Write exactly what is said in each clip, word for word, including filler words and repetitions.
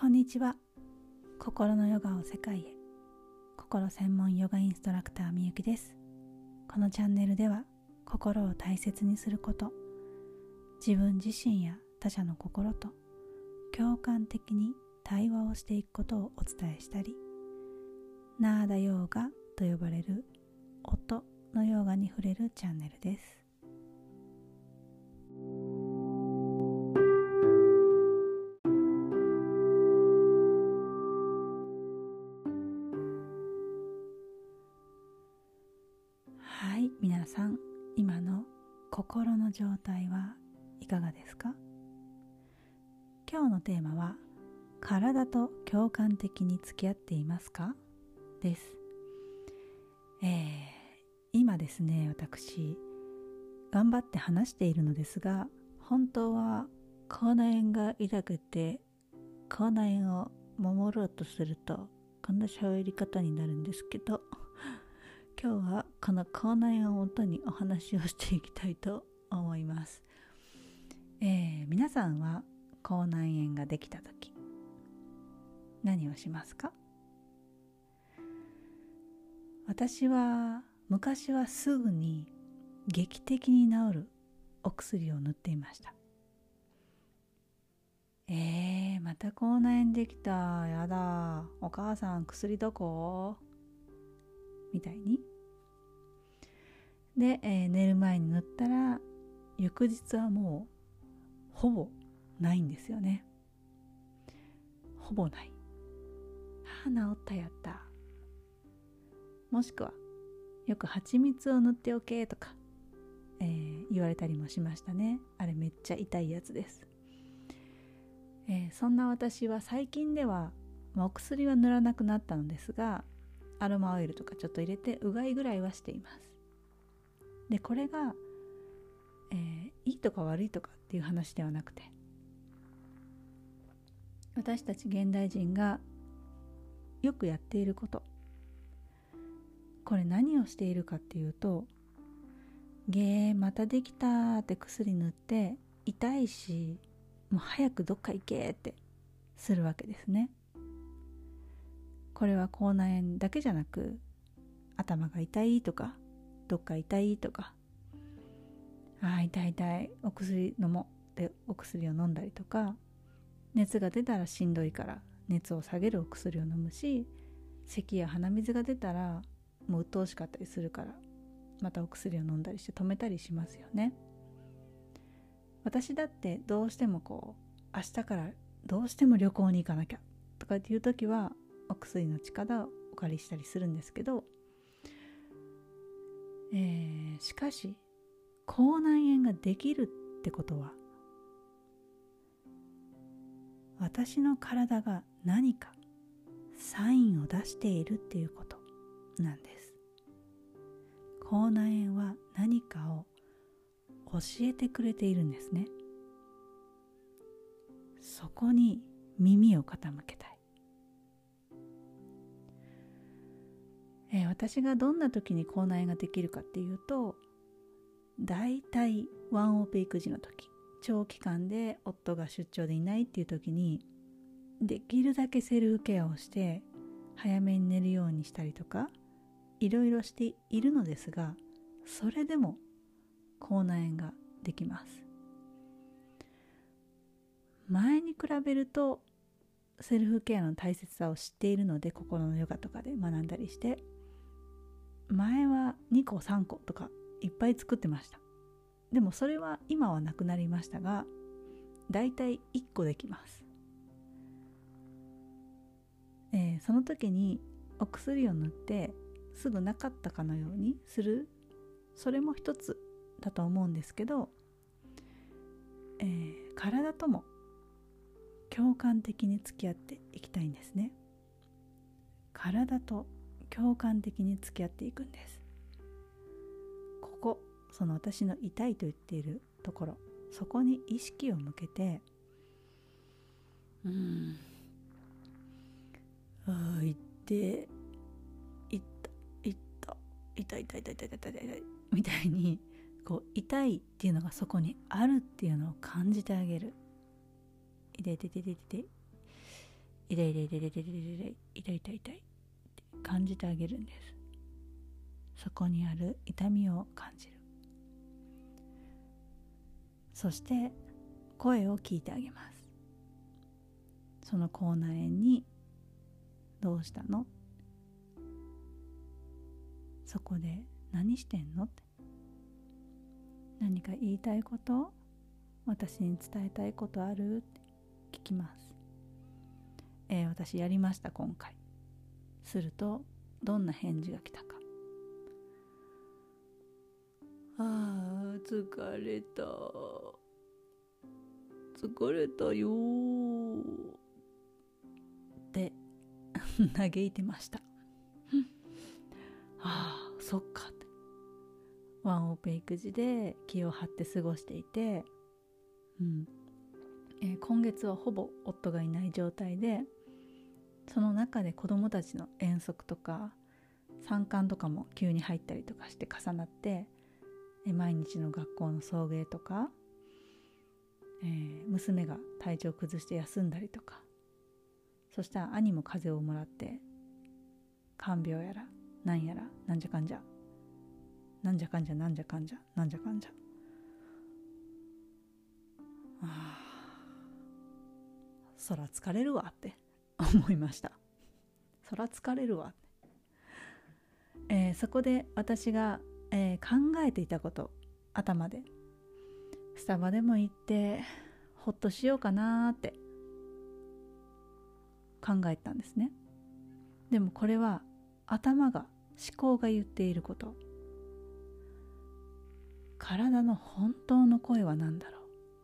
んにちは。心のヨガを世界へ。心専門ヨガインストラクターみゆきです。このチャンネルでは心を大切にすること、自分自身や他者の心と共感的に対話をしていくことをお伝えしたり、ナーダヨーガと呼ばれる音のヨガに触れるチャンネルです。はい、皆さん、今の心の状態はいかがですか？今日のテーマは、体と共感的に付き合っていますか？です。えー、今ですね、私、頑張って話しているのですが、本当は口内炎が痛くて、口内炎を守ろうとすると、こんな喋り方になるんですけど、今日はこの口内炎をもとにお話をしていきたいと思います。えー、皆さんは口内炎ができたとき、何をしますか？私は昔はすぐに劇的に治るお薬を塗っていました。えー、また口内炎できた、やだ、お母さん薬どこ？みたいに。で、えー、寝る前に塗ったら翌日はもうほぼないんですよね。ほぼない。ああ、治ったやった。もしくはよく蜂蜜を塗っておけとか、えー、言われたりもしましたね。あれめっちゃ痛いやつです。えー、そんな私は最近では、まあ、お薬は塗らなくなったのですが、アロマオイルとかちょっと入れてうがいぐらいはしています。で、これが、えー、いいとか悪いとかっていう話ではなくて、私たち現代人がよくやっていること、これ何をしているかっていうと、ゲーまたできたって薬塗って痛いし、もう早くどっか行けってするわけですね。これは口内炎だけじゃなく、頭が痛いとか、どっか痛いとか、ああ痛い痛い、お薬飲もうってお薬を飲んだりとか、熱が出たらしんどいから熱を下げるお薬を飲むし、咳や鼻水が出たらもう鬱陶しかったりするからまたお薬を飲んだりして止めたりしますよね。私だってどうしてもこう明日からどうしても旅行に行かなきゃとかっていう時はお薬の力をお借りしたりするんですけど、えー、しかし口内炎ができるってことは、私の体が何かサインを出しているっていうことなんです。口内炎は何かを教えてくれているんですね。そこに耳を傾けたい。えー、私がどんな時に口内炎ができるかっていうと、だいたいワンオペ育児の時、長期間で夫が出張でいないっていう時に、できるだけセルフケアをして早めに寝るようにしたりとかいろいろしているのですが、それでも口内炎ができます。前に比べるとセルフケアの大切さを知っているので、心のヨガとかで学んだりして、前はにこさんことかいっぱい作ってました。でもそれは今はなくなりましたが、だいたいいっこできます。えー、その時にお薬を塗ってすぐなかったかのようにする、それも一つだと思うんですけど、えー、体とも共感的に付き合っていきたいんですね。体と共感的に付き合っていくんです。ここ、その私の痛いと言っているところ、そこに意識を向けて、うーんああ、いっていったいった痛い痛い痛い痛い痛い痛い痛いみたいに、こう痛いっていうのがそこにあるっていうのを感じてあげる。痛い痛い痛い痛い痛い痛い痛い痛い痛い痛い痛い痛い痛い痛いって感じてあげるんです。そこにある痛みを感じる。そして声を聞いてあげます。その口内炎にどうしたの？そこで何してんのって、何か言いたいこと、私に伝えたいことあるって聞きます。えー、私やりました今回。するとどんな返事が来たか。あー疲れた疲れたよーって嘆いてました。ああそっかって、ワンオペ育児で気を張って過ごしていて、うんえー、今月はほぼ夫がいない状態で、その中で子どもたちの遠足とか参観とかも急に入ったりとかして重なって、えー、毎日の学校の送迎とか、えー、娘が体調崩して休んだりとか、そしたら兄も風邪をもらって看病やらなんやらなんじゃかんじゃなんじゃかんじゃなんじゃかんじゃなんじゃかんじゃああそら疲れるわって思いました。そら疲れるわって、えー、そこで私が、えー、考えていたこと、頭でスタバでも行ってほっとしようかなって考えたんですね。でもこれは頭が、思考が言っていること。体の本当の声は何だろう。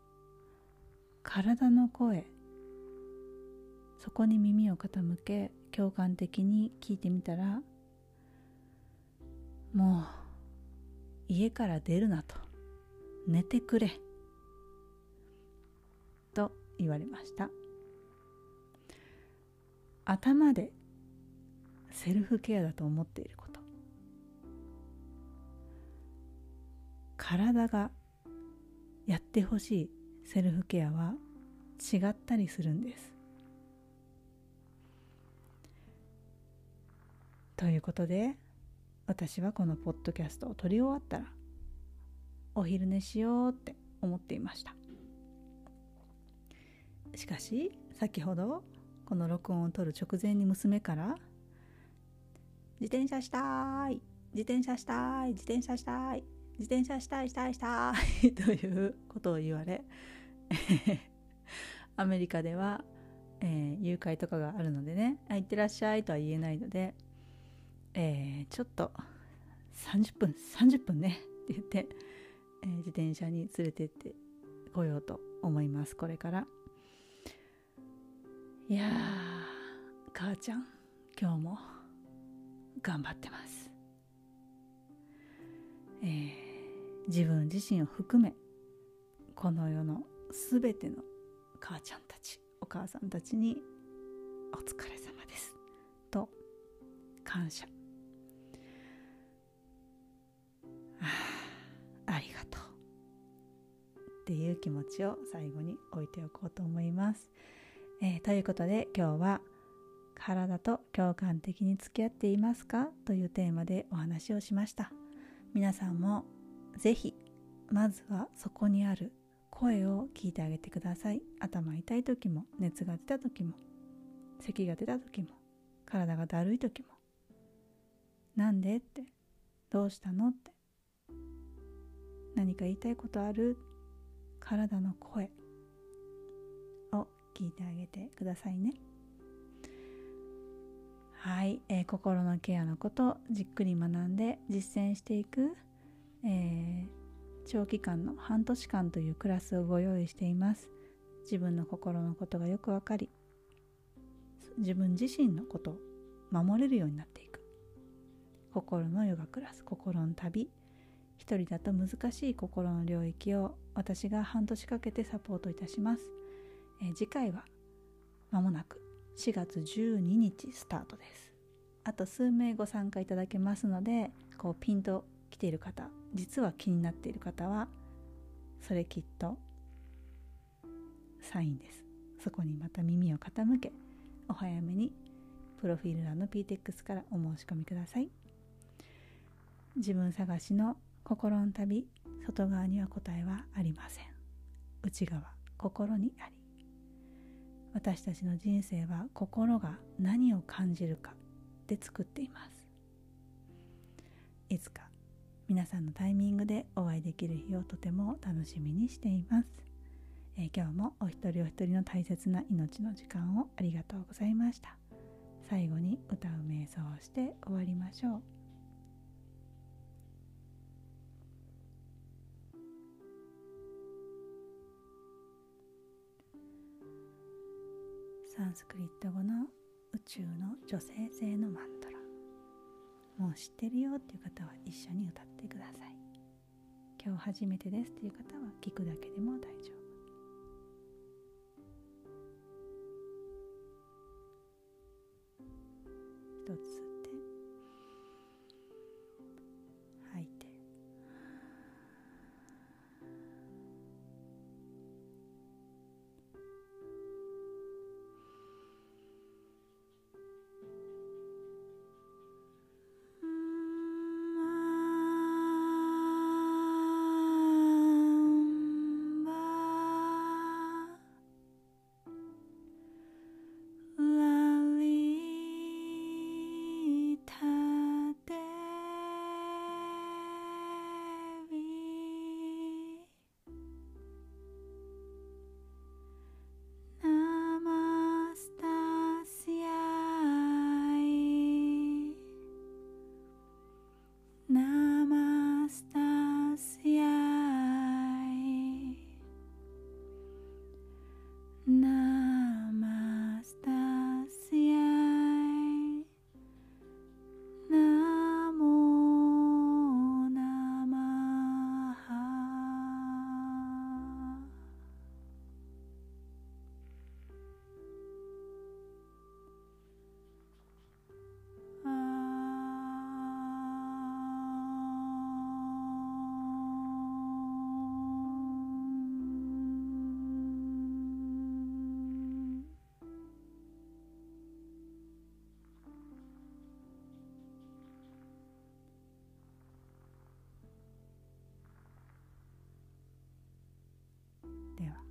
体の声、そこに耳を傾け共感的に聞いてみたら、もう家から出るなと、寝てくれと言われました。頭でセルフケアだと思っていること、体がやってほしいセルフケアは違ったりするんです。ということで、私はこのポッドキャストを撮り終わったらお昼寝しようって思っていました。しかし先ほどこの録音を撮る直前に娘から自転車したい自転車したい自転車したい自転車したいしたいしたいということを言われアメリカでは、えー、誘拐とかがあるのでね、あ、行ってらっしゃいとは言えないので、えー、ちょっとさんじゅっぷんさんじゅっぷんねって言って、えー、自転車に連れてってこようと思います。これからいやー、母ちゃん今日も頑張ってます。えー、自分自身を含めこの世のすべての母ちゃんたち、お母さんたちにお疲れ様ですと感謝、あ, ありがとうっていう気持ちを最後に置いておこうと思います。えー、ということで今日は体と共感的に付き合っていますかというテーマでお話をしました。皆さんもぜひまずはそこにある声を聞いてあげてください。頭痛い時も、熱が出た時も、咳が出た時も、体がだるい時も、なんでって、どうしたのって、何か言いたいことある、体の声を聞いてあげてくださいね。はい、えー、心のケアのことじっくり学んで実践していく、えー、長期間の半年間というクラスをご用意しています。自分の心のことがよくわかり、自分自身のことを守れるようになっていく心のヨガクラス、心の旅。一人だと難しい心の領域を私が半年かけてサポートいたします。えー、次回は間もなくしがつじゅうににちスタートです。あと数名ご参加いただけますので、こうピンと来ている方、実は気になっている方はそれきっとサインです。そこにまた耳を傾け、 お早めにプロフィール欄の ピーテックス からお申し込みください。自分探しの心の旅、外側には答えはありません。内側、心にあり。私たちの人生は心が何を感じるかで作っています。いつか皆さんのタイミングでお会いできる日をとても楽しみにしています。えー、今日もお一人お一人の大切な命の時間をありがとうございました。最後に歌う瞑想をして終わりましょう。サンスクリット語の宇宙の女性性のマントラ、もう知ってるよっていう方は一緒に歌ってください。今日初めてですという方は聞くだけでも大丈夫。一つ吸って吐いて、では